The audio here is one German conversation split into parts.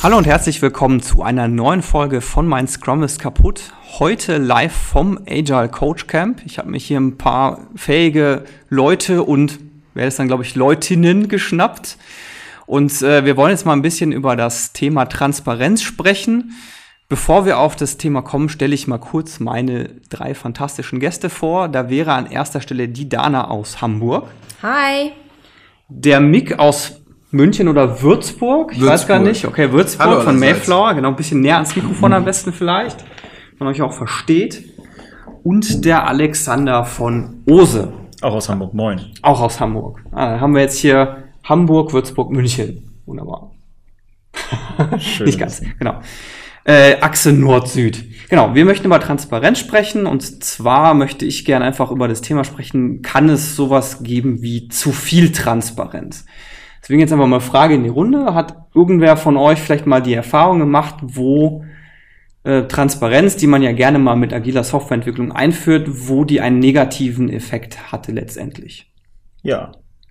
Hallo und herzlich willkommen zu einer neuen Folge von Mein Scrum ist kaputt. Heute live vom Agile Coach Camp. Ich habe mich hier ein paar fähige Leute und werde es dann, glaube ich, Leutinnen geschnappt. Und wir wollen jetzt mal ein bisschen über das Thema Transparenz sprechen. Bevor wir auf das Thema kommen, stelle ich mal kurz meine 3 fantastischen Gäste vor. Da wäre an erster Stelle die Dana aus Hamburg. Hi. Der Mick aus München oder Würzburg? Ich weiß gar nicht. Okay, Würzburg. Hallo, von Mayflower. Genau, ein bisschen näher ans Mikrofon am besten vielleicht. Man euch auch versteht. Und der Alexander von Ohse. Auch aus Hamburg. Moin. Auch aus Hamburg. Dann haben wir jetzt hier Hamburg, Würzburg, München. Wunderbar. Schön. Nicht ganz, genau. Achse Nord-Süd. Genau, wir möchten über Transparenz sprechen und zwar möchte ich gerne einfach über das Thema sprechen, kann es sowas geben wie zu viel Transparenz? Deswegen jetzt einfach mal Frage in die Runde. Hat irgendwer von euch vielleicht mal die Erfahrung gemacht, wo Transparenz, die man ja gerne mal mit agiler Softwareentwicklung einführt, wo die einen negativen Effekt hatte letztendlich? Ja.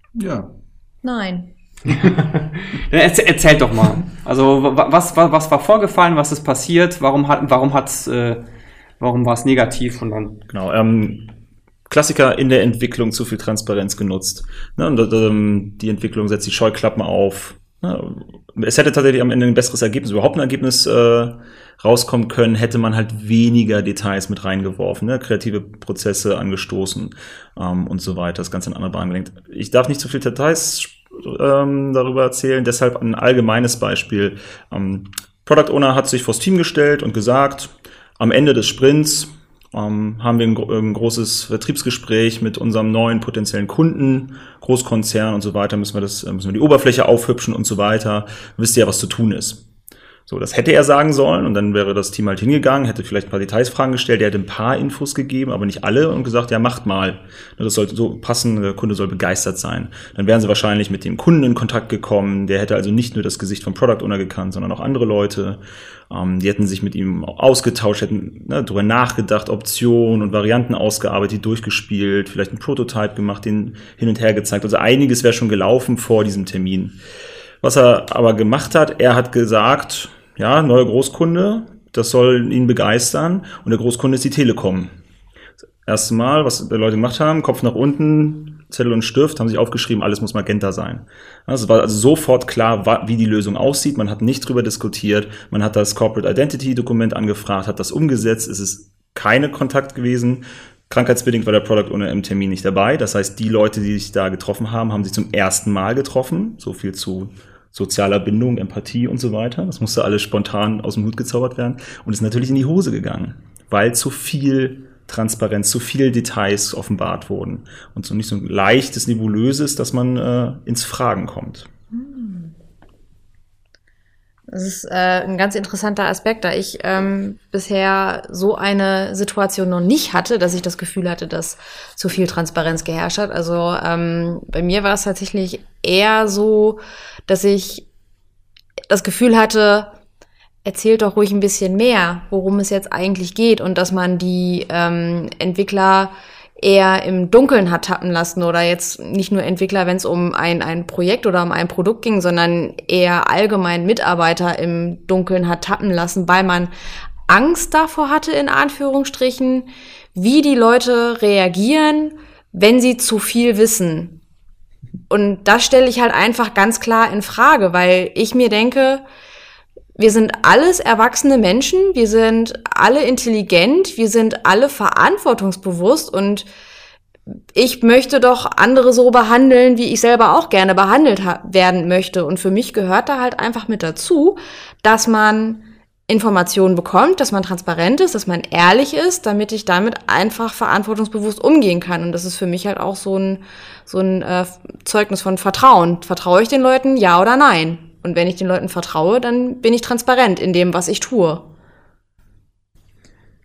Nein. Erzählt doch mal. Also was war vorgefallen, was ist passiert, warum war es negativ und dann? Genau. Klassiker in der Entwicklung zu viel Transparenz genutzt. Ne, und die Entwicklung setzt die Scheuklappen auf. Ne, es hätte tatsächlich am Ende ein besseres Ergebnis, überhaupt ein Ergebnis rauskommen können, hätte man halt weniger Details mit reingeworfen, ne, kreative Prozesse angestoßen und so weiter, das Ganze in andere Bahnen gelenkt. Ich darf nicht zu viel Details darüber erzählen, deshalb ein allgemeines Beispiel. Product Owner hat sich vors Team gestellt und gesagt, am Ende des Sprints haben wir ein großes Vertriebsgespräch mit unserem neuen potenziellen Kunden, Großkonzern und so weiter, müssen wir die Oberfläche aufhübschen und so weiter. Wisst ihr ja, was zu tun ist. So, das hätte er sagen sollen und dann wäre das Team halt hingegangen, hätte vielleicht ein paar Detailsfragen gestellt, er hätte ein paar Infos gegeben, aber nicht alle und gesagt, ja, macht mal. Das sollte so passen, der Kunde soll begeistert sein. Dann wären sie wahrscheinlich mit dem Kunden in Kontakt gekommen, der hätte also nicht nur das Gesicht vom Product Owner gekannt, sondern auch andere Leute. Die hätten sich mit ihm ausgetauscht, hätten darüber nachgedacht, Optionen und Varianten ausgearbeitet, die durchgespielt, vielleicht einen Prototype gemacht, den hin und her gezeigt. Also einiges wäre schon gelaufen vor diesem Termin. Was er aber gemacht hat, er hat gesagt, ja, neuer Großkunde, das soll ihn begeistern und der Großkunde ist die Telekom. Das erste Mal, was die Leute gemacht haben, Kopf nach unten, Zettel und Stift, haben sich aufgeschrieben, alles muss Magenta sein. Es war also sofort klar, wie die Lösung aussieht, man hat nicht drüber diskutiert, man hat das Corporate Identity Dokument angefragt, hat das umgesetzt, es ist keine Kontakt gewesen. Krankheitsbedingt war der Product Owner im Termin nicht dabei, das heißt, die Leute, die sich da getroffen haben, haben sich zum ersten Mal getroffen, so viel zu sozialer Bindung, Empathie und so weiter. Das musste alles spontan aus dem Hut gezaubert werden und ist natürlich in die Hose gegangen, weil zu viel Transparenz, zu viele Details offenbart wurden und so nicht so ein leichtes, nebulöses, dass man ins Fragen kommt. Das ist ein ganz interessanter Aspekt, da ich bisher so eine Situation noch nicht hatte, dass ich das Gefühl hatte, dass zu viel Transparenz geherrscht hat. Also bei mir war es tatsächlich eher so, dass ich das Gefühl hatte, erzählt doch ruhig ein bisschen mehr, worum es jetzt eigentlich geht und dass man die Entwickler eher im Dunkeln hat tappen lassen oder jetzt nicht nur Entwickler, wenn es um ein Projekt oder um ein Produkt ging, sondern eher allgemein Mitarbeiter im Dunkeln hat tappen lassen, weil man Angst davor hatte, in Anführungsstrichen, wie die Leute reagieren, wenn sie zu viel wissen. Und das stelle ich halt einfach ganz klar in Frage, weil ich mir denke, wir sind alles erwachsene Menschen, wir sind alle intelligent, wir sind alle verantwortungsbewusst und ich möchte doch andere so behandeln, wie ich selber auch gerne behandelt werden möchte. Und für mich gehört da halt einfach mit dazu, dass man Informationen bekommt, dass man transparent ist, dass man ehrlich ist, damit ich damit einfach verantwortungsbewusst umgehen kann. Und das ist für mich halt auch so ein Zeugnis von Vertrauen. Vertraue ich den Leuten, ja oder nein? Und wenn ich den Leuten vertraue, dann bin ich transparent in dem, was ich tue.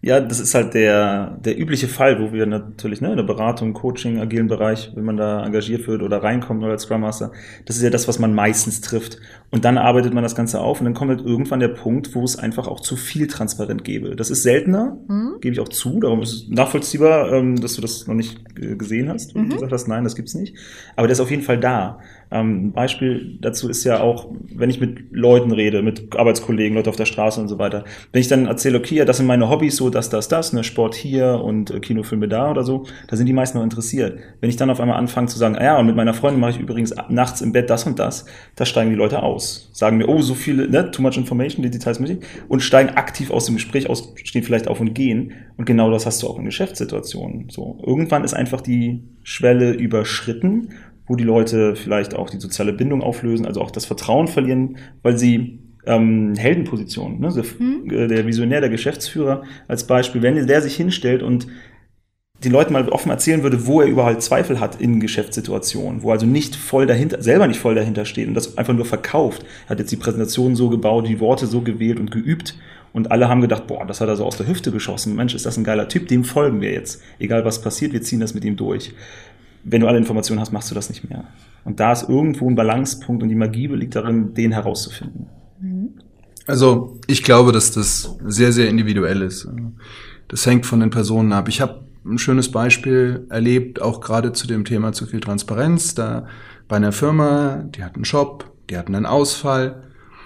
Ja, das ist halt der übliche Fall, wo wir natürlich, in der Beratung, Coaching, agilen Bereich, wenn man da engagiert wird oder reinkommt oder als Scrum Master, das ist ja das, was man meistens trifft. Und dann arbeitet man das Ganze auf und dann kommt halt irgendwann der Punkt, wo es einfach auch zu viel transparent gäbe. Das ist seltener, gebe ich auch zu, darum ist es nachvollziehbar, dass du das noch nicht gesehen hast und gesagt hast, nein, das gibt's nicht. Aber der ist auf jeden Fall da. Ein Beispiel dazu ist ja auch, wenn ich mit Leuten rede, mit Arbeitskollegen, Leute auf der Straße und so weiter, wenn ich dann erzähle, okay, ja, das sind meine Hobbys, so das, Sport hier und Kinofilme da oder so, da sind die meisten noch interessiert. Wenn ich dann auf einmal anfange zu sagen, ja, und mit meiner Freundin mache ich übrigens nachts im Bett das und das, da steigen die Leute aus. Sagen mir, oh, so viele, too much information, die Details mit und steigen aktiv aus dem Gespräch aus, stehen vielleicht auf und gehen. Und genau das hast du auch in Geschäftssituationen. So, irgendwann ist einfach die Schwelle überschritten, wo die Leute vielleicht auch die soziale Bindung auflösen, also auch das Vertrauen verlieren, weil sie Heldenpositionen, der Visionär, der Geschäftsführer als Beispiel, wenn der sich hinstellt und den Leuten mal offen erzählen würde, wo er überall Zweifel hat in Geschäftssituationen, wo also selber nicht voll dahinter steht und das einfach nur verkauft. Er hat jetzt die Präsentation so gebaut, die Worte so gewählt und geübt und alle haben gedacht, boah, das hat er so aus der Hüfte geschossen. Mensch, ist das ein geiler Typ, dem folgen wir jetzt. Egal was passiert, wir ziehen das mit ihm durch. Wenn du alle Informationen hast, machst du das nicht mehr. Und da ist irgendwo ein Balancepunkt und die Magie liegt darin, den herauszufinden. Also ich glaube, dass das sehr, sehr individuell ist. Das hängt von den Personen ab. Ich habe ein schönes Beispiel erlebt, auch gerade zu dem Thema zu viel Transparenz. Da bei einer Firma, die hatten einen Shop, die hatten einen Ausfall.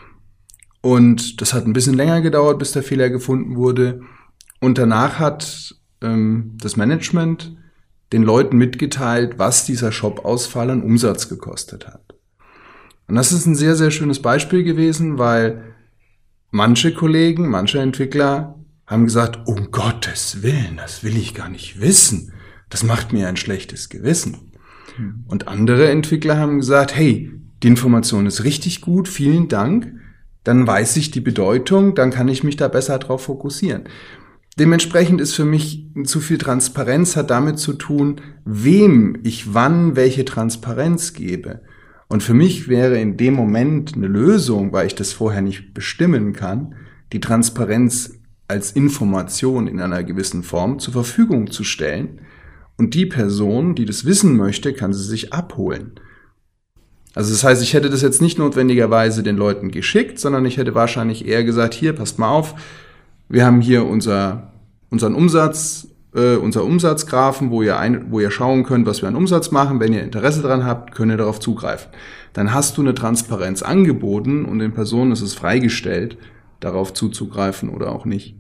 Und das hat ein bisschen länger gedauert, bis der Fehler gefunden wurde. Und danach hat das Management den Leuten mitgeteilt, was dieser Shop-Ausfall an Umsatz gekostet hat. Und das ist ein sehr, sehr schönes Beispiel gewesen, weil manche Kollegen, manche Entwickler haben gesagt, um Gottes Willen, das will ich gar nicht wissen. Das macht mir ein schlechtes Gewissen. Und andere Entwickler haben gesagt, hey, die Information ist richtig gut, vielen Dank. Dann weiß ich die Bedeutung, dann kann ich mich da besser drauf fokussieren. Dementsprechend ist für mich zu viel Transparenz hat damit zu tun, wem ich wann welche Transparenz gebe. Und für mich wäre in dem Moment eine Lösung, weil ich das vorher nicht bestimmen kann, die Transparenz als Information in einer gewissen Form zur Verfügung zu stellen. Und die Person, die das wissen möchte, kann sie sich abholen. Also das heißt, ich hätte das jetzt nicht notwendigerweise den Leuten geschickt, sondern ich hätte wahrscheinlich eher gesagt, hier, passt mal auf, wir haben hier unseren Umsatz, unser Umsatzgraphen, wo ihr schauen könnt, was wir an Umsatz machen. Wenn ihr Interesse daran habt, könnt ihr darauf zugreifen. Dann hast du eine Transparenz angeboten und den Personen ist es freigestellt, darauf zuzugreifen oder auch nicht.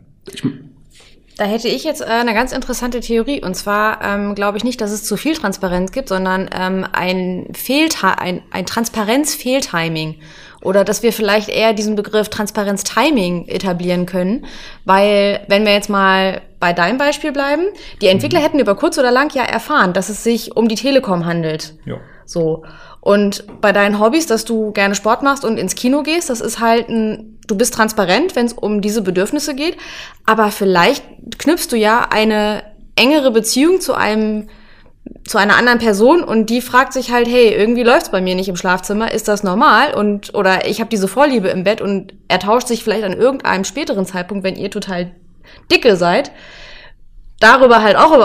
Da hätte ich jetzt eine ganz interessante Theorie. Und zwar glaube ich nicht, dass es zu viel Transparenz gibt, sondern ein Transparenz-Fehltiming. Oder dass wir vielleicht eher diesen Begriff Transparenz-Timing etablieren können. Weil, wenn wir jetzt mal bei deinem Beispiel bleiben, die Entwickler hätten über kurz oder lang ja erfahren, dass es sich um die Telekom handelt. Ja. So. Und bei deinen Hobbys, dass du gerne Sport machst und ins Kino gehst, das ist halt du bist transparent, wenn es um diese Bedürfnisse geht. Aber vielleicht knüpfst du ja eine engere Beziehung zu einer anderen Person und die fragt sich halt, hey, irgendwie läuft's bei mir nicht im Schlafzimmer, ist das normal? Oder ich habe diese Vorliebe im Bett und er tauscht sich vielleicht an irgendeinem späteren Zeitpunkt, wenn ihr total dicke seid, darüber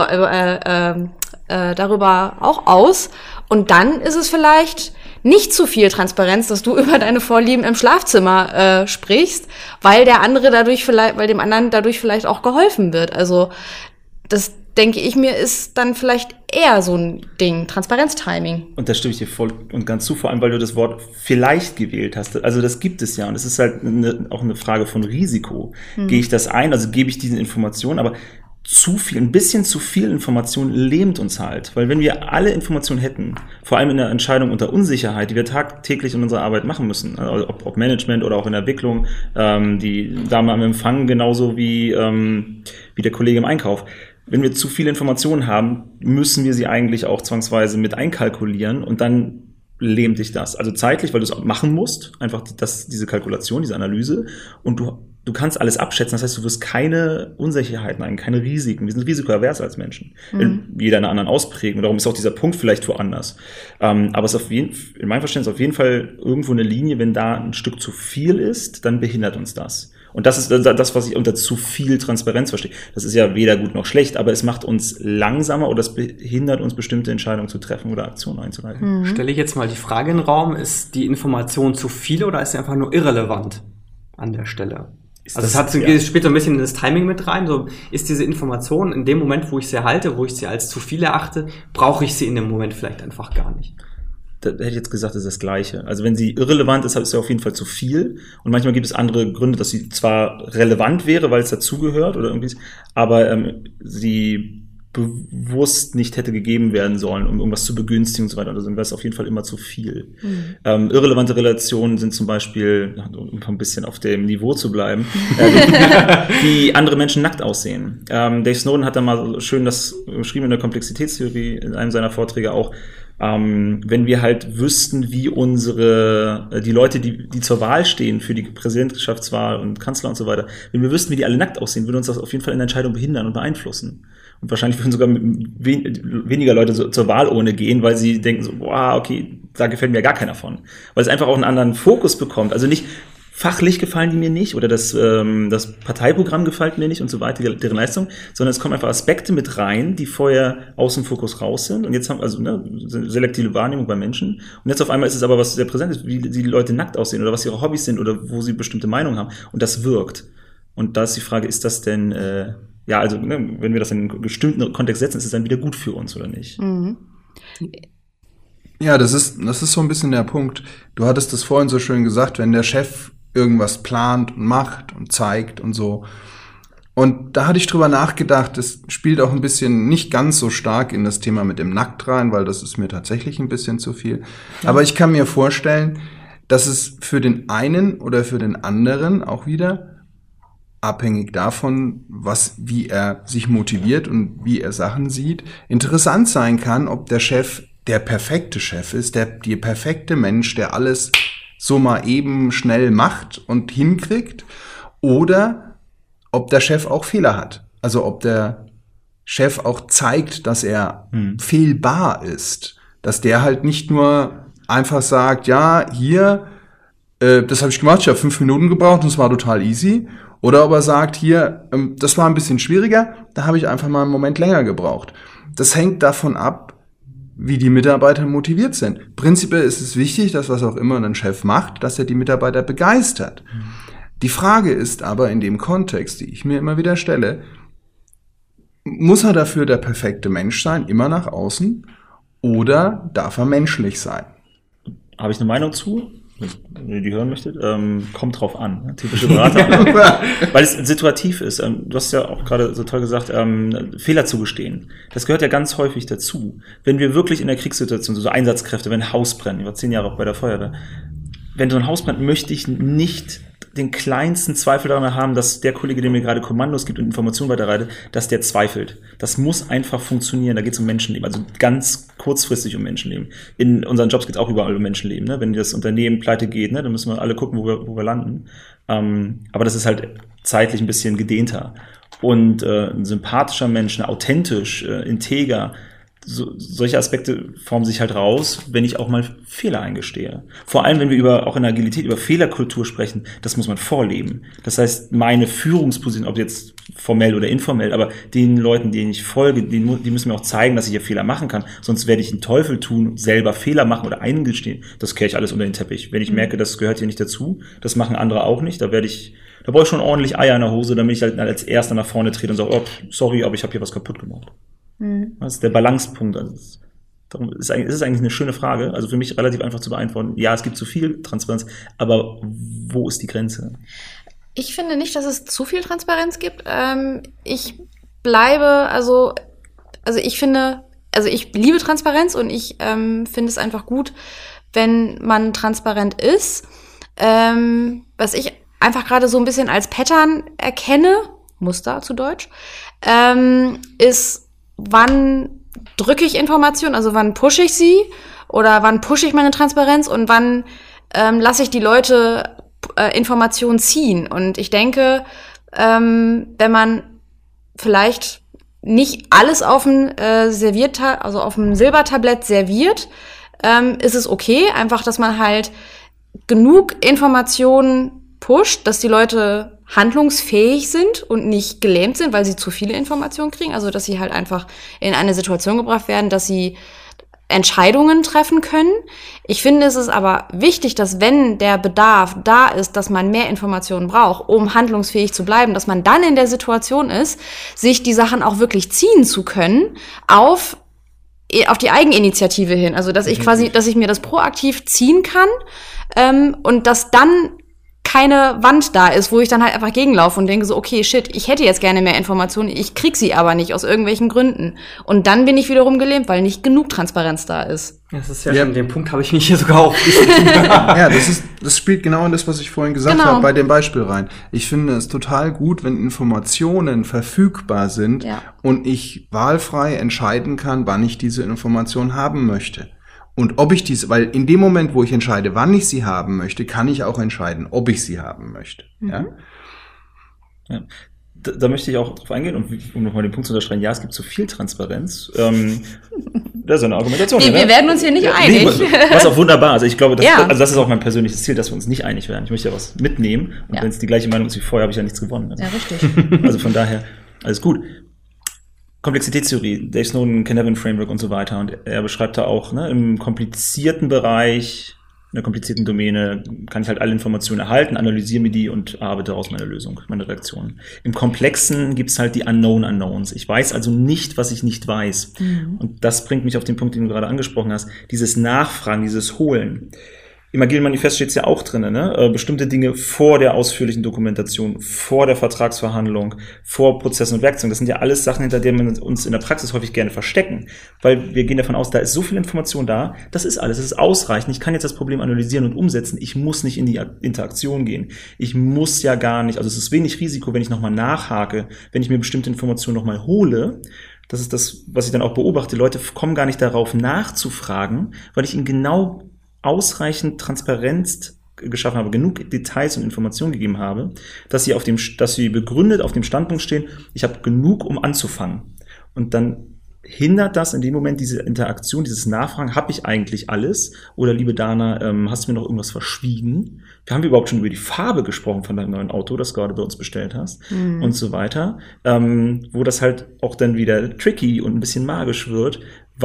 auch aus. Und dann ist es vielleicht nicht zu viel Transparenz, dass du über deine Vorlieben im Schlafzimmer sprichst, weil dem anderen dadurch vielleicht auch geholfen wird. Also das denke ich mir, ist dann vielleicht eher so ein Ding, Transparenz-Timing. Und da stimme ich dir voll und ganz zu, vor allem, weil du das Wort vielleicht gewählt hast. Also das gibt es ja und es ist halt auch eine Frage von Risiko. Gehe ich das ein, also gebe ich diese Informationen, aber ein bisschen zu viel Information lähmt uns halt. Weil wenn wir alle Informationen hätten, vor allem in der Entscheidung unter Unsicherheit, die wir tagtäglich in unserer Arbeit machen müssen, also ob Management oder auch in der Entwicklung, die Dame am Empfang genauso wie der Kollege im Einkauf. Wenn wir zu viele Informationen haben, müssen wir sie eigentlich auch zwangsweise mit einkalkulieren und dann lähmt dich das. Also zeitlich, weil du es machen musst, einfach diese Kalkulation, diese Analyse und du kannst alles abschätzen, das heißt, du wirst keine Unsicherheiten ein, keine Risiken. Wir sind risikoavers als Menschen. Jeder einer anderen ausprägen. Und darum ist auch dieser Punkt vielleicht woanders. Aber es ist in meinem Verständnis auf jeden Fall irgendwo eine Linie, wenn da ein Stück zu viel ist, dann behindert uns das. Und das ist das, was ich unter zu viel Transparenz verstehe. Das ist ja weder gut noch schlecht, aber es macht uns langsamer oder es behindert uns, bestimmte Entscheidungen zu treffen oder Aktionen einzuleiten. Stelle ich jetzt mal die Frage in den Raum, ist die Information zu viel oder ist sie einfach nur irrelevant an der Stelle? Also es spielt so ein bisschen in das Timing mit rein. So, ist diese Information in dem Moment, wo ich sie erhalte, wo ich sie als zu viel erachte, brauche ich sie in dem Moment vielleicht einfach gar nicht. Da hätte ich jetzt gesagt, das ist das Gleiche. Also wenn sie irrelevant ist, ist sie auf jeden Fall zu viel. Und manchmal gibt es andere Gründe, dass sie zwar relevant wäre, weil es dazugehört oder irgendwie, aber sie bewusst nicht hätte gegeben werden sollen, um irgendwas zu begünstigen und so weiter. Also wäre es auf jeden Fall immer zu viel. Irrelevante Relationen sind zum Beispiel, um ein bisschen auf dem Niveau zu bleiben, wie andere Menschen nackt aussehen. Dave Snowden hat da mal schön das beschrieben in der Komplexitätstheorie, in einem seiner Vorträge auch, wenn wir halt wüssten, wie die Leute, die zur Wahl stehen für die Präsidentschaftswahl und Kanzler und so weiter, wenn wir wüssten, wie die alle nackt aussehen, würde uns das auf jeden Fall in der Entscheidung behindern und beeinflussen. Und wahrscheinlich würden sogar weniger Leute zur Wahlurne gehen, weil sie denken so, boah, okay, da gefällt mir ja gar keiner von. Weil es einfach auch einen anderen Fokus bekommt. Also nicht fachlich gefallen die mir nicht oder das Parteiprogramm gefällt mir nicht und so weiter, deren Leistung, sondern es kommen einfach Aspekte mit rein, die vorher aus dem Fokus raus sind. Und jetzt haben selektive Wahrnehmung bei Menschen. Und jetzt auf einmal ist es aber was sehr präsent ist, wie die Leute nackt aussehen oder was ihre Hobbys sind oder wo sie bestimmte Meinungen haben. Und das wirkt. Und da ist die Frage, ist das denn wenn wir das in einen bestimmten Kontext setzen, ist es dann wieder gut für uns oder nicht? Mhm. Ja, das ist so ein bisschen der Punkt. Du hattest das vorhin so schön gesagt, wenn der Chef irgendwas plant und macht und zeigt und so. Und da hatte ich drüber nachgedacht, das spielt auch ein bisschen nicht ganz so stark in das Thema mit dem Nackt rein, weil das ist mir tatsächlich ein bisschen zu viel. Ja. Aber ich kann mir vorstellen, dass es für den einen oder für den anderen auch wieder abhängig davon, wie er sich motiviert und wie er Sachen sieht, interessant sein kann, ob der Chef der perfekte Chef ist, der perfekte Mensch, der alles so mal eben schnell macht und hinkriegt, oder ob der Chef auch Fehler hat. Also ob der Chef auch zeigt, dass er fehlbar ist. Dass der halt nicht nur einfach sagt, ja, hier, das habe ich gemacht, ich habe 5 Minuten gebraucht und es war total easy. Oder ob er sagt, hier, das war ein bisschen schwieriger, da habe ich einfach mal einen Moment länger gebraucht. Das hängt davon ab, wie die Mitarbeiter motiviert sind. Prinzipiell ist es wichtig, dass was auch immer ein Chef macht, dass er die Mitarbeiter begeistert. Die Frage ist aber in dem Kontext, die ich mir immer wieder stelle, muss er dafür der perfekte Mensch sein, immer nach außen, oder darf er menschlich sein? Habe ich eine Meinung zu? Wenn ihr die hören möchtet, kommt drauf an, ne? Typische Berater. Weil es situativ ist. Du hast ja auch gerade so toll gesagt, Fehler zugestehen. Das gehört ja ganz häufig dazu. Wenn wir wirklich in der Kriegssituation, so Einsatzkräfte, wenn ein Haus brennt, ich war 10 Jahre auch bei der Feuerwehr, wenn so ein Haus brennt, möchte ich nicht den kleinsten Zweifel daran haben, dass der Kollege, der mir gerade Kommandos gibt und Informationen weiterreitet, dass der zweifelt. Das muss einfach funktionieren. Da geht es um Menschenleben, also ganz kurzfristig um Menschenleben. In unseren Jobs geht es auch überall um Menschenleben. Ne? Wenn das Unternehmen pleite geht, ne, dann müssen wir alle gucken, wo wir landen. Aber das ist halt zeitlich ein bisschen gedehnter. Und ein sympathischer Mensch, authentisch, integer, solche Aspekte formen sich halt raus, wenn ich auch mal Fehler eingestehe. Vor allem, wenn wir auch in der Agilität über Fehlerkultur sprechen, das muss man vorleben. Das heißt, meine Führungsposition, ob jetzt formell oder informell, aber den Leuten, denen ich folge, die müssen mir auch zeigen, dass ich hier Fehler machen kann. Sonst werde ich den Teufel tun, selber Fehler machen oder eingestehen. Das kehre ich alles unter den Teppich. Wenn ich merke, das gehört hier nicht dazu, das machen andere auch nicht, da brauche ich schon ordentlich Eier in der Hose, damit ich halt als Erster nach vorne trete und sage, oh, sorry, aber ich habe hier was kaputt gemacht. Das ist der Balancepunkt. Darum ist es eigentlich eine schöne Frage. Also für mich relativ einfach zu beantworten. Ja, es gibt zu viel Transparenz, aber wo ist die Grenze? Ich finde nicht, dass es zu viel Transparenz gibt. Ich bleibe, ich liebe Transparenz und ich finde es einfach gut, wenn man transparent ist. Was ich einfach gerade so ein bisschen als Pattern erkenne, Muster zu Deutsch, ist, wann drücke ich Informationen, also wann pushe ich sie oder wann pushe ich meine Transparenz und wann lasse ich die Leute Informationen ziehen. Und ich denke, wenn man vielleicht nicht alles auf dem auf dem Silbertablett serviert, ist es okay, einfach, dass man halt genug Informationen pusht, dass die Leute handlungsfähig sind und nicht gelähmt sind, weil sie zu viele Informationen kriegen. Also, dass sie halt einfach in eine Situation gebracht werden, dass sie Entscheidungen treffen können. Ich finde, es ist aber wichtig, dass wenn der Bedarf da ist, dass man mehr Informationen braucht, um handlungsfähig zu bleiben, dass man dann in der Situation ist, sich die Sachen auch wirklich ziehen zu können auf die Eigeninitiative hin. Also, dass ich mir das proaktiv ziehen kann, und dass dann keine Wand da ist, wo ich dann halt einfach gegenlaufe und denke so, okay, shit, ich hätte jetzt gerne mehr Informationen, ich krieg sie aber nicht aus irgendwelchen Gründen. Und dann bin ich wiederum gelähmt, weil nicht genug Transparenz da ist. Das ist ja schon, den Punkt habe ich mich hier sogar auch Ja, das spielt genau in das, was ich vorhin gesagt habe, bei dem Beispiel rein. Ich finde es total gut, wenn Informationen verfügbar sind und ich wahlfrei entscheiden kann, wann ich diese Information haben möchte. Und ob ich weil in dem Moment, wo ich entscheide, wann ich sie haben möchte, kann ich auch entscheiden, ob ich sie haben möchte. Ja? Da möchte ich auch drauf eingehen, um nochmal den Punkt zu unterstreichen, ja, es gibt zu viel Transparenz. Das ist eine Argumentation. Wir werden uns hier nicht einig. Was auch wunderbar. Also ich glaube, das ist auch mein persönliches Ziel, dass wir uns nicht einig werden. Ich möchte ja was mitnehmen. Und wenn es die gleiche Meinung ist wie vorher, habe ich ja nichts gewonnen. Also, ja, richtig. Also von daher, alles gut. Komplexitätstheorie, Dave Snowden, Cynefin Framework und so weiter. Und er beschreibt da auch, im komplizierten Bereich, in der komplizierten Domäne, kann ich halt alle Informationen erhalten, analysiere mir die und arbeite daraus meine Lösung, meine Reaktion. Im Komplexen gibt's halt die Unknown Unknowns. Ich weiß also nicht, was ich nicht weiß. Und das bringt mich auf den Punkt, den du gerade angesprochen hast. Dieses Nachfragen, dieses Holen. Im Agilen Manifest steht es ja auch drin, bestimmte Dinge vor der ausführlichen Dokumentation, vor der Vertragsverhandlung, vor Prozessen und Werkzeugen. Das sind ja alles Sachen, hinter denen wir uns in der Praxis häufig gerne verstecken. Weil wir gehen davon aus, da ist so viel Information da, das ist alles, das ist ausreichend. Ich kann jetzt das Problem analysieren und umsetzen. Ich muss nicht in die Interaktion gehen. Ich muss ja gar nicht, also es ist wenig Risiko, wenn ich nochmal nachhake, wenn ich mir bestimmte Informationen nochmal hole. Das ist das, was ich dann auch beobachte. Die Leute kommen gar nicht darauf nachzufragen, weil ich ihnen genau ausreichend Transparenz geschaffen habe, genug Details und Informationen gegeben habe, dass sie begründet auf dem Standpunkt stehen, ich habe genug, um anzufangen. Und dann hindert das in dem Moment diese Interaktion, dieses Nachfragen, habe ich eigentlich alles? Oder liebe Dana, hast du mir noch irgendwas verschwiegen? Wir haben überhaupt schon über die Farbe gesprochen von deinem neuen Auto, das du gerade bei uns bestellt hast und so weiter, wo das halt auch dann wieder tricky und ein bisschen magisch wird.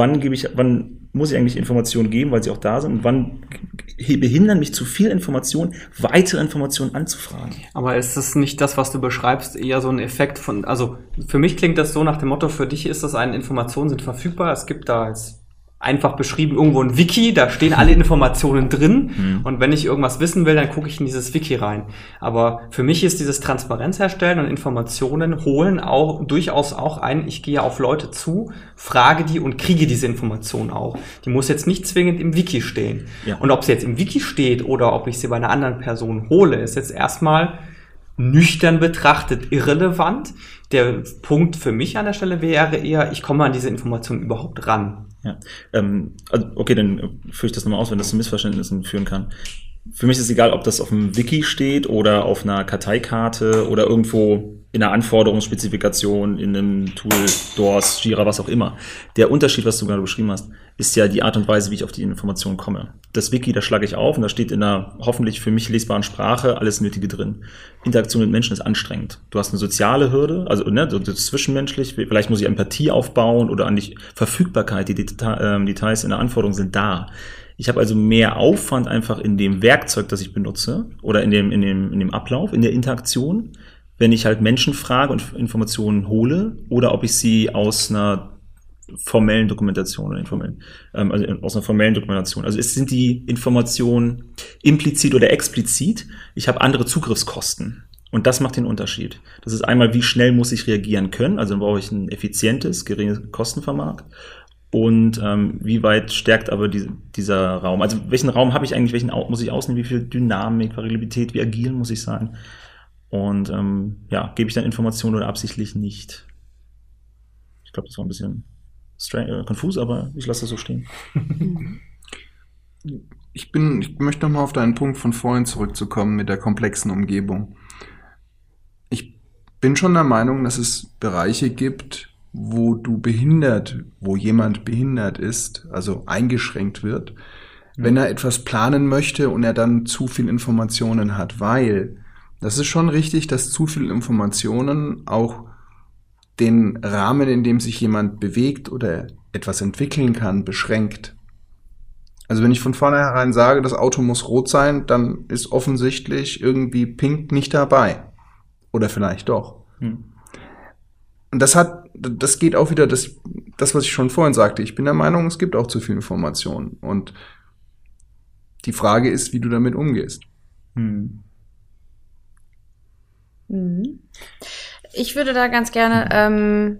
Wann muss ich eigentlich Informationen geben, weil sie auch da sind? Und wann behindern mich zu viel Informationen, weitere Informationen anzufragen? Aber ist das nicht das, was du beschreibst, eher so ein Effekt von, also für mich klingt das so nach dem Motto, für dich ist das Informationen sind verfügbar, es gibt da jetzt einfach beschrieben irgendwo ein Wiki, da stehen alle Informationen drin und wenn ich irgendwas wissen will, dann gucke ich in dieses Wiki rein. Aber für mich ist dieses Transparenz herstellen und Informationen holen auch durchaus auch ich gehe auf Leute zu, frage die und kriege diese Information auch. Die muss jetzt nicht zwingend im Wiki stehen. Ja. Und ob sie jetzt im Wiki steht oder ob ich sie bei einer anderen Person hole, ist jetzt erstmal nüchtern betrachtet irrelevant. Der Punkt für mich an der Stelle wäre eher, ich komme an diese Information überhaupt ran. Ja, okay, dann führe ich das nochmal aus, wenn das zu Missverständnissen führen kann. Für mich ist es egal, ob das auf dem Wiki steht oder auf einer Karteikarte oder irgendwo in einer Anforderungsspezifikation, in einem Tool, DOORS, Jira, was auch immer. Der Unterschied, was du gerade beschrieben hast, ist ja die Art und Weise, wie ich auf die Informationen komme. Das Wiki, da schlage ich auf und da steht in einer hoffentlich für mich lesbaren Sprache alles Nötige drin. Interaktion mit Menschen ist anstrengend. Du hast eine soziale Hürde, also das zwischenmenschlich, vielleicht muss ich Empathie aufbauen oder an die Verfügbarkeit, die Details in der Anforderung sind da. Ich habe also mehr Aufwand einfach in dem Werkzeug, das ich benutze oder in dem Ablauf, in der Interaktion, wenn ich halt Menschen frage und Informationen hole oder ob ich sie aus einer formellen Dokumentation oder also aus einer formellen Dokumentation. Also sind die Informationen implizit oder explizit. Ich habe andere Zugriffskosten. Und das macht den Unterschied. Das ist einmal, wie schnell muss ich reagieren können. Also dann brauche ich ein effizientes, geringes Kostenvermarkt. Und wie weit stärkt aber dieser Raum? Also welchen Raum habe ich eigentlich, welchen muss ich ausnehmen, wie viel Dynamik, Variabilität, wie agil muss ich sein? Und gebe ich dann Informationen oder absichtlich nicht? Ich glaube, das war ein bisschen konfus, aber ich lasse das so stehen. Ich möchte nochmal auf deinen Punkt von vorhin zurückzukommen mit der komplexen Umgebung. Ich bin schon der Meinung, dass es Bereiche gibt, wo jemand behindert ist, also eingeschränkt wird, wenn er etwas planen möchte und er dann zu viel Informationen hat, weil Das ist schon richtig, dass zu viel Informationen auch den Rahmen, in dem sich jemand bewegt oder etwas entwickeln kann, beschränkt. Also wenn ich von vornherein sage, das Auto muss rot sein, dann ist offensichtlich irgendwie pink nicht dabei. Oder vielleicht doch. Und das geht auch wieder, das, was ich schon vorhin sagte. Ich bin der Meinung, es gibt auch zu viel Informationen. Und die Frage ist, wie du damit umgehst. Ich würde da ganz gerne,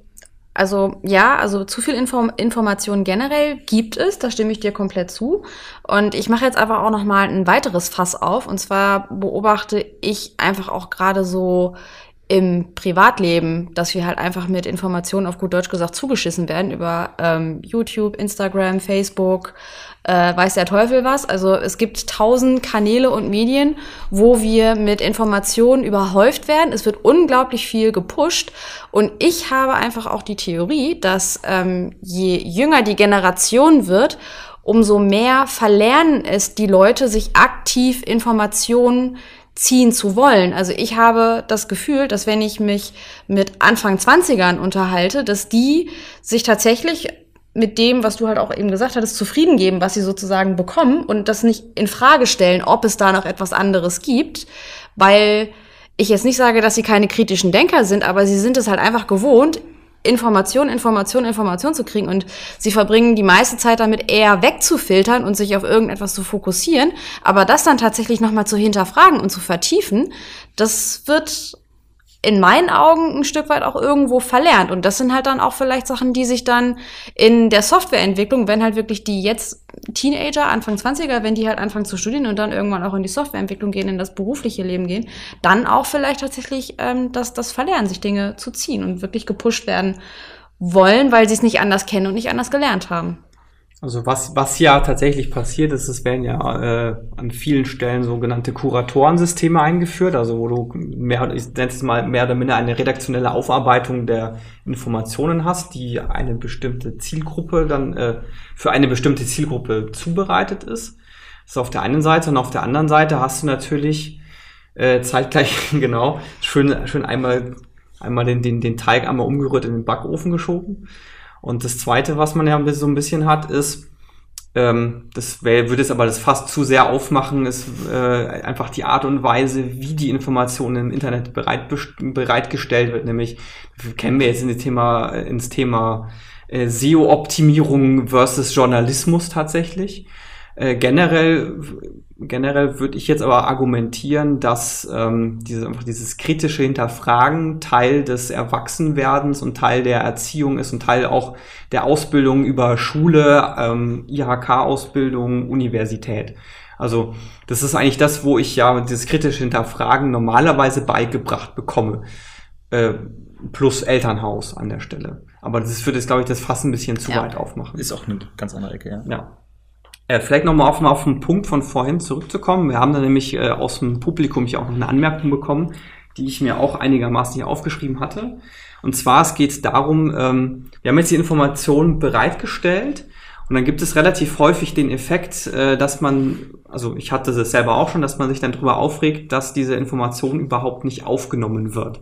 also zu viel Information generell gibt es, da stimme ich dir komplett zu. Und ich mache jetzt einfach auch noch mal ein weiteres Fass auf. Und zwar beobachte ich einfach auch gerade so im Privatleben, dass wir halt einfach mit Informationen auf gut Deutsch gesagt zugeschissen werden über YouTube, Instagram, Facebook, weiß der Teufel was. Also es gibt 1000 Kanäle und Medien, wo wir mit Informationen überhäuft werden. Es wird unglaublich viel gepusht. Und ich habe einfach auch die Theorie, dass je jünger die Generation wird, umso mehr verlernen es die Leute, sich aktiv Informationen ziehen zu wollen. Also ich habe das Gefühl, dass wenn ich mich mit Anfang 20ern unterhalte, dass die sich tatsächlich mit dem, was du halt auch eben gesagt hattest, zufrieden geben, was sie sozusagen bekommen und das nicht in Frage stellen, ob es da noch etwas anderes gibt, weil ich jetzt nicht sage, dass sie keine kritischen Denker sind, aber sie sind es halt einfach gewohnt, Information zu kriegen und sie verbringen die meiste Zeit damit eher wegzufiltern und sich auf irgendetwas zu fokussieren, aber das dann tatsächlich nochmal zu hinterfragen und zu vertiefen, das wird in meinen Augen ein Stück weit auch irgendwo verlernt. Und das sind halt dann auch vielleicht Sachen, die sich dann in der Softwareentwicklung, wenn halt wirklich die jetzt Teenager, Anfang 20er, wenn die halt anfangen zu studieren und dann irgendwann auch in die Softwareentwicklung gehen, in das berufliche Leben gehen, dann auch vielleicht tatsächlich das verlernen, sich Dinge zu ziehen und wirklich gepusht werden wollen, weil sie es nicht anders kennen und nicht anders gelernt haben. Also was ja tatsächlich passiert ist, es werden ja an vielen Stellen sogenannte Kuratorensysteme eingeführt, also wo du ich nenne es mal mehr oder minder eine redaktionelle Aufarbeitung der Informationen hast, die eine bestimmte Zielgruppe dann für eine bestimmte Zielgruppe zubereitet ist. Das ist auf der einen Seite und auf der anderen Seite hast du natürlich zeitgleich genau schön einmal den Teig einmal umgerührt in den Backofen geschoben. Und das Zweite, was man ja so ein bisschen hat, ist, würde es aber das fast zu sehr aufmachen, ist einfach die Art und Weise, wie die Information im Internet bereitgestellt wird. Nämlich kennen wir jetzt ins Thema SEO-Optimierung versus Journalismus tatsächlich. Generell würde ich jetzt aber argumentieren, dass dieses kritische Hinterfragen Teil des Erwachsenwerdens und Teil der Erziehung ist und Teil auch der Ausbildung über Schule, IHK-Ausbildung, Universität. Also das ist eigentlich das, wo ich ja dieses kritische Hinterfragen normalerweise beigebracht bekomme. Plus Elternhaus an der Stelle. Aber das würde jetzt, glaube ich, das Fass ein bisschen zu weit aufmachen. Ist auch eine ganz andere Ecke, ja. Vielleicht nochmal auf den Punkt von vorhin zurückzukommen. Wir haben da nämlich aus dem Publikum hier auch noch eine Anmerkung bekommen, die ich mir auch einigermaßen hier aufgeschrieben hatte. Und zwar, es geht darum, wir haben jetzt die Informationen bereitgestellt und dann gibt es relativ häufig den Effekt, dass also ich hatte das selber auch schon, dass man sich dann darüber aufregt, dass diese Information überhaupt nicht aufgenommen wird.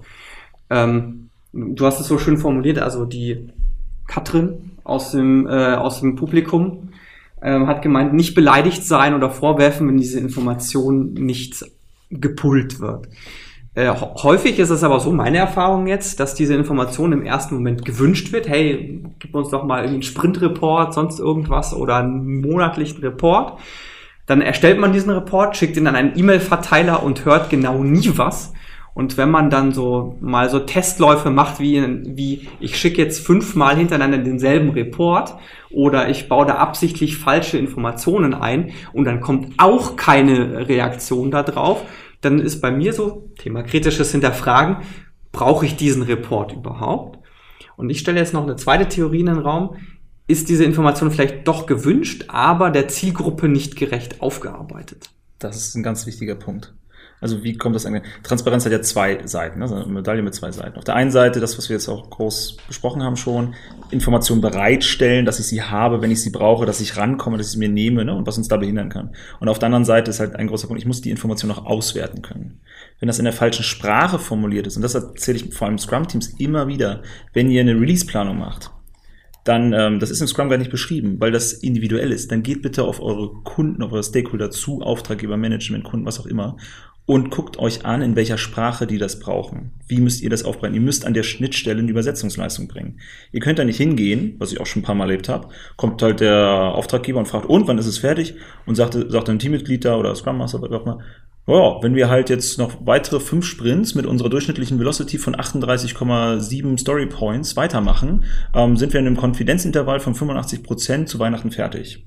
Du hast es so schön formuliert, also die Katrin aus dem Publikum hat gemeint, nicht beleidigt sein oder vorwerfen, wenn diese Information nicht gepullt wird. Häufig ist es aber so, meine Erfahrung jetzt, dass diese Information im ersten Moment gewünscht wird. Hey, gib uns doch mal einen Sprintreport, sonst irgendwas oder einen monatlichen Report. Dann erstellt man diesen Report, schickt ihn an einen E-Mail-Verteiler und hört genau nie was. Und wenn man dann so Testläufe macht, wie ich schicke jetzt 5-mal hintereinander denselben Report oder ich baue da absichtlich falsche Informationen ein und dann kommt auch keine Reaktion da drauf, dann ist bei mir so Thema kritisches Hinterfragen, brauche ich diesen Report überhaupt? Und ich stelle jetzt noch eine zweite Theorie in den Raum, ist diese Information vielleicht doch gewünscht, aber der Zielgruppe nicht gerecht aufgearbeitet? Das ist ein ganz wichtiger Punkt. Also wie kommt das eigentlich? Transparenz hat ja zwei Seiten, ne? Also eine Medaille mit zwei Seiten. Auf der einen Seite, das, was wir jetzt auch groß besprochen haben schon, Informationen bereitstellen, dass ich sie habe, wenn ich sie brauche, dass ich rankomme, dass ich sie mir nehme, ne? Und was uns da behindern kann. Und auf der anderen Seite ist halt ein großer Punkt, ich muss die Information auch auswerten können. Wenn das in der falschen Sprache formuliert ist, und das erzähle ich vor allem Scrum-Teams immer wieder, wenn ihr eine Release-Planung macht, dann, das ist im Scrum gar nicht beschrieben, weil das individuell ist, dann geht bitte auf eure Kunden, auf eure Stakeholder zu, Auftraggeber, Management, Kunden, was auch immer, und guckt euch an, in welcher Sprache die das brauchen. Wie müsst ihr das aufbereiten? Ihr müsst an der Schnittstelle eine Übersetzungsleistung bringen. Ihr könnt da nicht hingehen, was ich auch schon ein paar Mal erlebt habe, kommt halt der Auftraggeber und fragt, und, wann ist es fertig? Und sagt ein Teammitglied da oder Scrum Master, was auch immer, ja, wenn wir halt jetzt noch weitere 5 Sprints mit unserer durchschnittlichen Velocity von 38,7 Story Points weitermachen, sind wir in einem Konfidenzintervall von 85% zu Weihnachten fertig.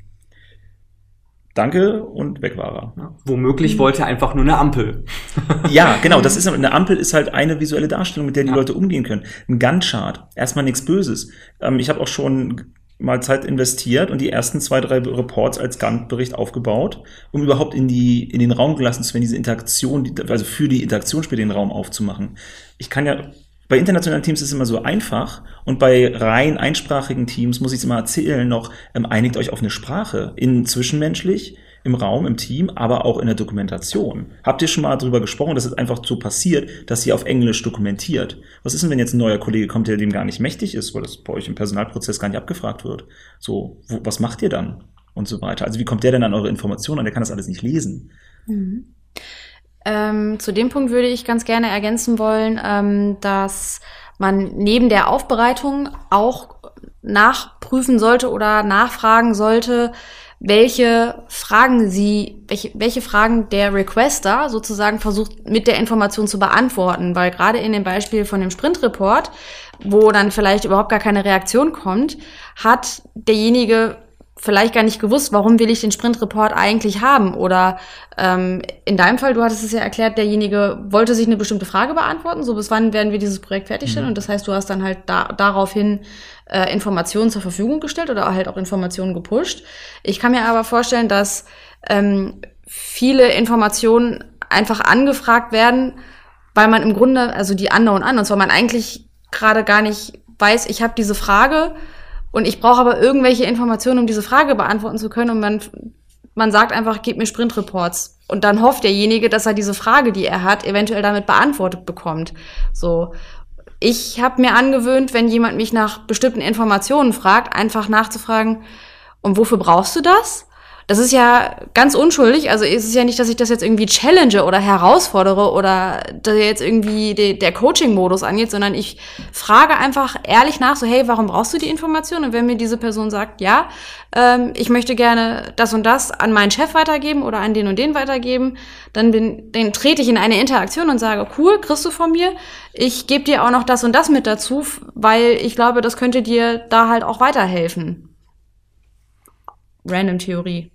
Danke und weg war er. Ja, womöglich wollte er einfach nur eine Ampel. Ja, genau, das ist eine Ampel ist halt eine visuelle Darstellung, mit der die Leute umgehen können. Ein Gantt-Chart, erstmal nichts Böses. Ich habe auch schon mal Zeit investiert und die ersten 2, 3 Reports als Gantt-Bericht aufgebaut, um überhaupt in den Raum gelassen zu werden, diese Interaktion, also für die Interaktion später den Raum aufzumachen. Ich kann ja, bei internationalen Teams ist es immer so einfach und bei rein einsprachigen Teams muss ich es immer erzählen noch, einigt euch auf eine Sprache, zwischenmenschlich, im Raum, im Team, aber auch in der Dokumentation. Habt ihr schon mal darüber gesprochen, dass es einfach so passiert, dass ihr auf Englisch dokumentiert? Was ist denn, wenn jetzt ein neuer Kollege kommt, der dem gar nicht mächtig ist, weil das bei euch im Personalprozess gar nicht abgefragt wird? So, was macht ihr dann? Und so weiter. Also wie kommt der denn an eure Informationen an? Der kann das alles nicht lesen. Mhm. Zu dem Punkt würde ich ganz gerne ergänzen wollen, dass man neben der Aufbereitung auch nachprüfen sollte oder nachfragen sollte, welche Fragen der Requester sozusagen versucht mit der Information zu beantworten, weil gerade in dem Beispiel von dem Sprint-Report, wo dann vielleicht überhaupt gar keine Reaktion kommt, hat derjenige vielleicht gar nicht gewusst, warum will ich den Sprint-Report eigentlich haben, oder in deinem Fall, du hattest es ja erklärt, derjenige wollte sich eine bestimmte Frage beantworten, so bis wann werden wir dieses Projekt fertigstellen, und das heißt, du hast dann halt daraufhin Informationen zur Verfügung gestellt oder halt auch Informationen gepusht. Ich kann mir aber vorstellen, dass viele Informationen einfach angefragt werden, weil man im Grunde, also die Unknown Unknowns, weil man eigentlich gerade gar nicht weiß, ich habe diese Frage und ich brauche aber irgendwelche Informationen, um diese Frage beantworten zu können, und man sagt einfach, gib mir Sprint-Reports. Und dann hofft derjenige, dass er diese Frage, die er hat, eventuell damit beantwortet bekommt. So. Ich habe mir angewöhnt, wenn jemand mich nach bestimmten Informationen fragt, einfach nachzufragen, und wofür brauchst du das? Das ist ja ganz unschuldig, also es ist ja nicht, dass ich das jetzt irgendwie challenge oder herausfordere oder dass jetzt irgendwie der Coaching-Modus angeht, sondern ich frage einfach ehrlich nach, so hey, warum brauchst du die Information? Und wenn mir diese Person sagt, ja, ich möchte gerne das und das an meinen Chef weitergeben oder an den und den weitergeben, dann trete ich in eine Interaktion und sage, cool, kriegst du von mir, ich gebe dir auch noch das und das mit dazu, weil ich glaube, das könnte dir da halt auch weiterhelfen. Random Theorie.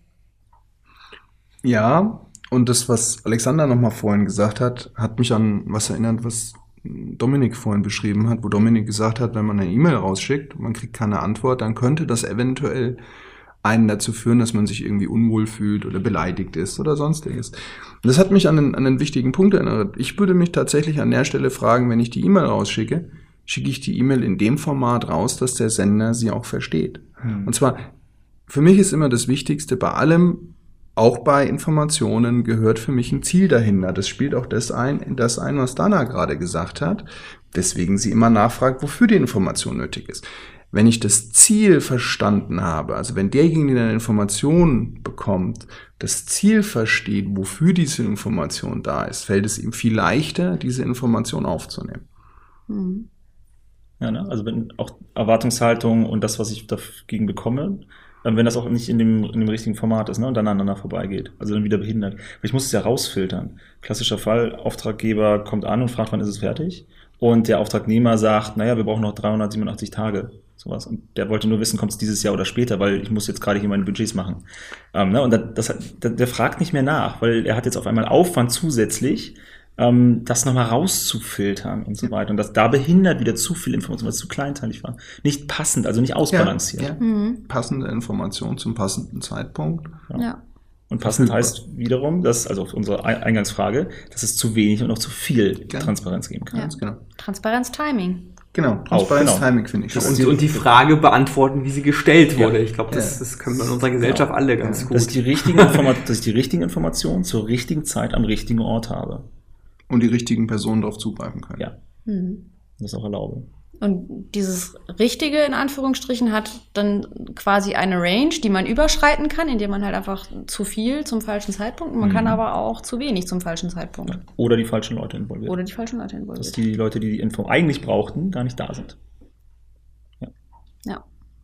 Ja, und das, was Alexander nochmal vorhin gesagt hat, hat mich an was erinnert, was Dominik vorhin beschrieben hat, wo Dominik gesagt hat, wenn man eine E-Mail rausschickt und man kriegt keine Antwort, dann könnte das eventuell einen dazu führen, dass man sich irgendwie unwohl fühlt oder beleidigt ist oder sonstiges. Und das hat mich an einen wichtigen Punkt erinnert. Ich würde mich tatsächlich an der Stelle fragen, wenn ich die E-Mail rausschicke, schicke ich die E-Mail in dem Format raus, dass der Sender sie auch versteht. Und zwar, für mich ist immer das Wichtigste bei allem, auch bei Informationen gehört für mich ein Ziel dahinter. Das spielt auch das ein, was Dana gerade gesagt hat, weswegen sie immer nachfragt, wofür die Information nötig ist. Wenn ich das Ziel verstanden habe, also wenn derjenige, der eine Information bekommt, das Ziel versteht, wofür diese Information da ist, fällt es ihm viel leichter, diese Information aufzunehmen. Mhm. Ja, ne? Also wenn auch Erwartungshaltung und das, was ich dagegen bekomme, wenn das auch nicht in dem richtigen Format ist, ne, und dann aneinander vorbeigeht, also dann wieder behindert. Weil ich muss es ja rausfiltern. Klassischer Fall, Auftraggeber kommt an und fragt, wann ist es fertig? Und der Auftragnehmer sagt, naja, wir brauchen noch 387 Tage, sowas. Und der wollte nur wissen, kommt es dieses Jahr oder später, weil ich muss jetzt gerade hier meine Budgets machen. Ne, und der fragt nicht mehr nach, weil er hat jetzt auf einmal Aufwand zusätzlich, das nochmal rauszufiltern und so weiter. Und das da behindert wieder zu viel Information, weil es zu kleinteilig war. Nicht passend, also nicht ausbalanciert. Ja. Passende Information zum passenden Zeitpunkt. Ja. Und passend heißt wiederum, dass, also auf unsere Eingangsfrage, dass es zu wenig und auch zu viel Transparenz geben kann. Ja. Genau. Transparenz-Timing. Genau, Transparenz-Timing finde ich. Und die Frage beantworten, wie sie gestellt wurde. Ich glaube, das können wir in unserer Gesellschaft alle ganz gut. Dass ich die richtigen Informationen zur richtigen Zeit am richtigen Ort habe. Und die richtigen Personen darauf zugreifen können. Ja. Das auch erlaube. Und dieses Richtige, in Anführungsstrichen, hat dann quasi eine Range, die man überschreiten kann, indem man halt einfach zu viel zum falschen Zeitpunkt, man kann aber auch zu wenig zum falschen Zeitpunkt. Oder die falschen Leute involviert. Dass die Leute, die Info eigentlich brauchten, gar nicht da sind. Ja.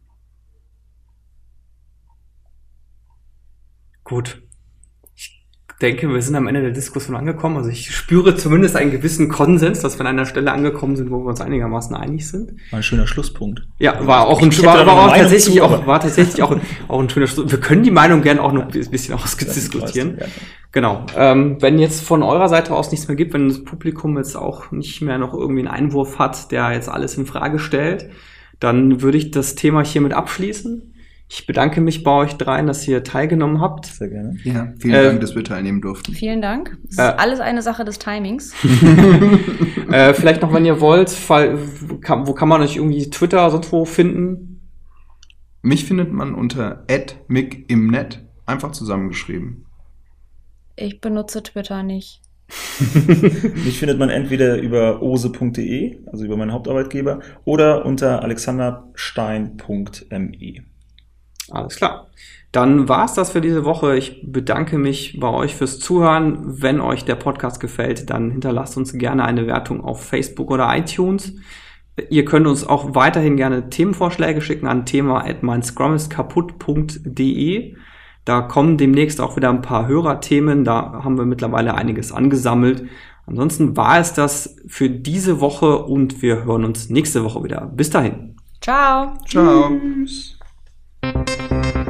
Gut. Ich denke, wir sind am Ende der Diskussion angekommen. Also ich spüre zumindest einen gewissen Konsens, dass wir an einer Stelle angekommen sind, wo wir uns einigermaßen einig sind. War ein schöner Schlusspunkt. Ja, war tatsächlich auch ein schöner Schlusspunkt. Wir können die Meinung gerne auch noch ein bisschen ausdiskutieren. Genau. Wenn jetzt von eurer Seite aus nichts mehr gibt, wenn das Publikum jetzt auch nicht mehr noch irgendwie einen Einwurf hat, der jetzt alles in Frage stellt, dann würde ich das Thema hiermit abschließen. Ich bedanke mich bei euch dreien, dass ihr teilgenommen habt. Sehr gerne. Ja, vielen Dank, dass wir teilnehmen durften. Vielen Dank. Es ist alles eine Sache des Timings. Vielleicht noch, wenn ihr wollt, wo kann man euch irgendwie Twitter sonst wo finden? Mich findet man unter @mickimnet, einfach zusammengeschrieben. Ich benutze Twitter nicht. Mich findet man entweder über ose.de, also über meinen Hauptarbeitgeber, oder unter alexanderstein.me. Alles klar. Dann war's das für diese Woche. Ich bedanke mich bei euch fürs Zuhören. Wenn euch der Podcast gefällt, dann hinterlasst uns gerne eine Wertung auf Facebook oder iTunes. Ihr könnt uns auch weiterhin gerne Themenvorschläge schicken an thema@meinscrumiskaputt.de. Da kommen demnächst auch wieder ein paar Hörerthemen. Da haben wir mittlerweile einiges angesammelt. Ansonsten war es das für diese Woche und wir hören uns nächste Woche wieder. Bis dahin. Ciao. Ciao. Tschüss.